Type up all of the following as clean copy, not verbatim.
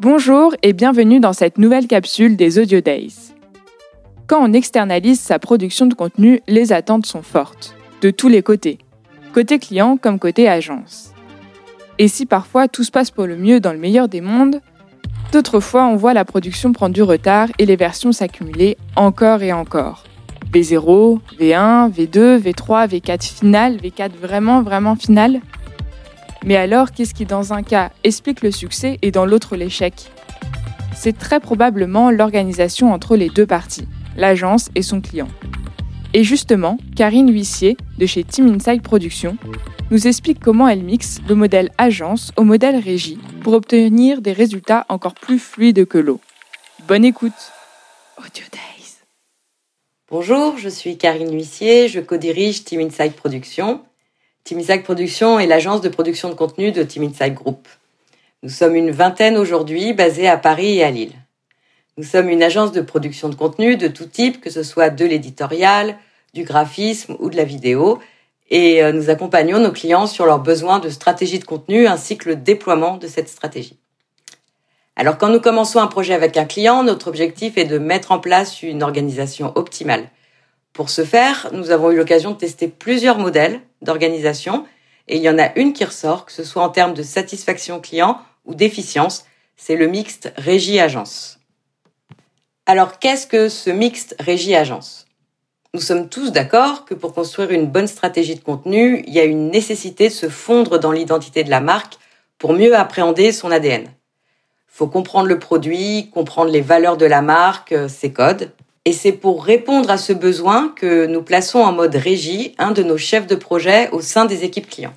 Bonjour et bienvenue dans cette nouvelle capsule des Audio Days. Quand on externalise sa production de contenu, les attentes sont fortes, de tous les côtés, côté client comme côté agence. Et si parfois tout se passe pour le mieux dans le meilleur des mondes, d'autres fois on voit la production prendre du retard et les versions s'accumuler encore et encore. V0, V1, V2, V3, V4 final, V4 vraiment final. Mais alors, qu'est-ce qui dans un cas explique le succès et dans l'autre l'échec ? C'est très probablement l'organisation entre les deux parties, l'agence et son client. Et justement, Karine Huissier, de chez Team Inside Production, nous explique comment elle mixe le modèle agence au modèle régie pour obtenir des résultats encore plus fluides que l'eau. Bonne écoute. Audio Days. Bonjour, je suis Karine Huissier, je co-dirige Team Inside Production. Team Inside Production est l'agence de production de contenu de Team Inside Group. Nous sommes une vingtaine aujourd'hui, basée à Paris et à Lille. Nous sommes une agence de production de contenu de tout type, que ce soit de l'éditorial, du graphisme ou de la vidéo, et nous accompagnons nos clients sur leurs besoins de stratégie de contenu ainsi que le déploiement de cette stratégie. Alors quand nous commençons un projet avec un client, notre objectif est de mettre en place une organisation optimale. Pour ce faire, nous avons eu l'occasion de tester plusieurs modèles d'organisation et il y en a une qui ressort, que ce soit en termes de satisfaction client ou d'efficience, c'est le mixte régie-agence. Alors qu'est-ce que ce mixte régie-agence ? Nous sommes tous d'accord que pour construire une bonne stratégie de contenu, il y a une nécessité de se fondre dans l'identité de la marque pour mieux appréhender son ADN. Il faut comprendre le produit, comprendre les valeurs de la marque, ses codes. Et c'est pour répondre à ce besoin que nous plaçons en mode régie un de nos chefs de projet au sein des équipes clients.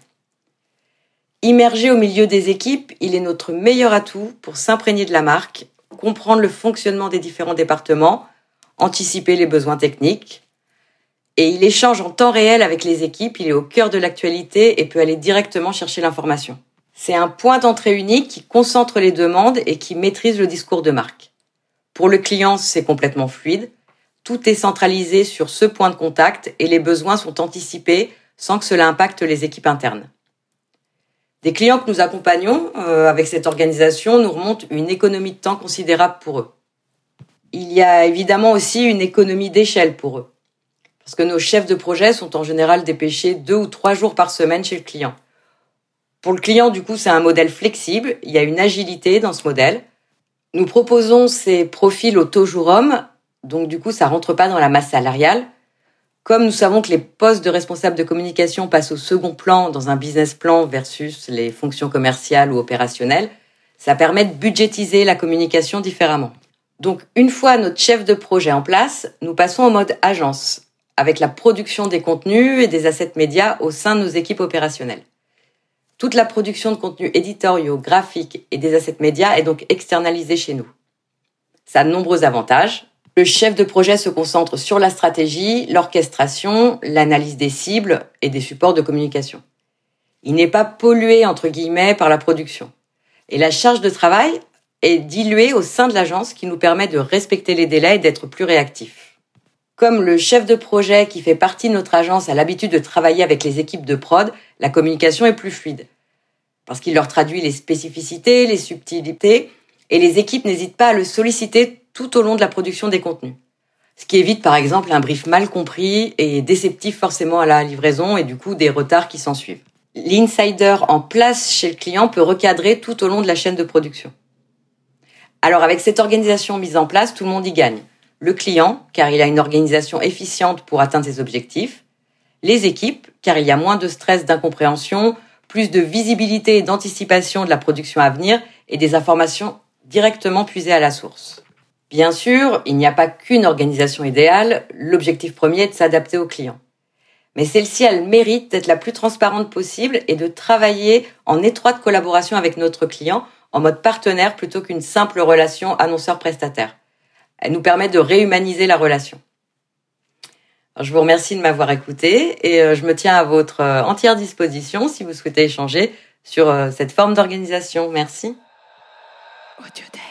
Immergé au milieu des équipes, il est notre meilleur atout pour s'imprégner de la marque, comprendre le fonctionnement des différents départements, anticiper les besoins techniques. Et il échange en temps réel avec les équipes, il est au cœur de l'actualité et peut aller directement chercher l'information. C'est un point d'entrée unique qui concentre les demandes et qui maîtrise le discours de marque. Pour le client, c'est complètement fluide. Tout est centralisé sur ce point de contact et les besoins sont anticipés sans que cela impacte les équipes internes. Des clients que nous accompagnons avec cette organisation nous remontent une économie de temps considérable pour eux. Il y a évidemment aussi une économie d'échelle pour eux. Parce que nos chefs de projet sont en général dépêchés 2 ou 3 jours par semaine chez le client. Pour le client, du coup, c'est un modèle flexible. Il y a une agilité dans ce modèle. Nous proposons ces profils au taux jour homme, donc du coup, ça rentre pas dans la masse salariale. Comme nous savons que les postes de responsable de communication passent au second plan dans un business plan versus les fonctions commerciales ou opérationnelles, ça permet de budgétiser la communication différemment. Donc, une fois notre chef de projet en place, nous passons au mode agence, avec la production des contenus et des assets médias au sein de nos équipes opérationnelles. Toute la production de contenus éditoriaux, graphiques et des assets médias est donc externalisée chez nous. Ça a de nombreux avantages. Le chef de projet se concentre sur la stratégie, l'orchestration, l'analyse des cibles et des supports de communication. Il n'est pas pollué, entre guillemets, par la production. Et la charge de travail est diluée au sein de l'agence, ce qui nous permet de respecter les délais et d'être plus réactifs. Comme le chef de projet qui fait partie de notre agence a l'habitude de travailler avec les équipes de prod, la communication est plus fluide. Parce qu'il leur traduit les spécificités, les subtilités, et les équipes n'hésitent pas à le solliciter tout au long de la production des contenus. Ce qui évite par exemple un brief mal compris et déceptif forcément à la livraison et du coup des retards qui s'ensuivent. L'insider en place chez le client peut recadrer tout au long de la chaîne de production. Alors avec cette organisation mise en place, tout le monde y gagne. Le client, car il a une organisation efficiente pour atteindre ses objectifs. Les équipes, car il y a moins de stress, d'incompréhension, plus de visibilité et d'anticipation de la production à venir et des informations directement puisées à la source. Bien sûr, il n'y a pas qu'une organisation idéale, l'objectif premier est de s'adapter au client. Mais celle-ci a le mérite d'être la plus transparente possible et de travailler en étroite collaboration avec notre client en mode partenaire plutôt qu'une simple relation annonceur-prestataire. Elle nous permet de réhumaniser la relation. Alors, je vous remercie de m'avoir écouté et je me tiens à votre entière disposition si vous souhaitez échanger sur cette forme d'organisation. Merci. Audio Days.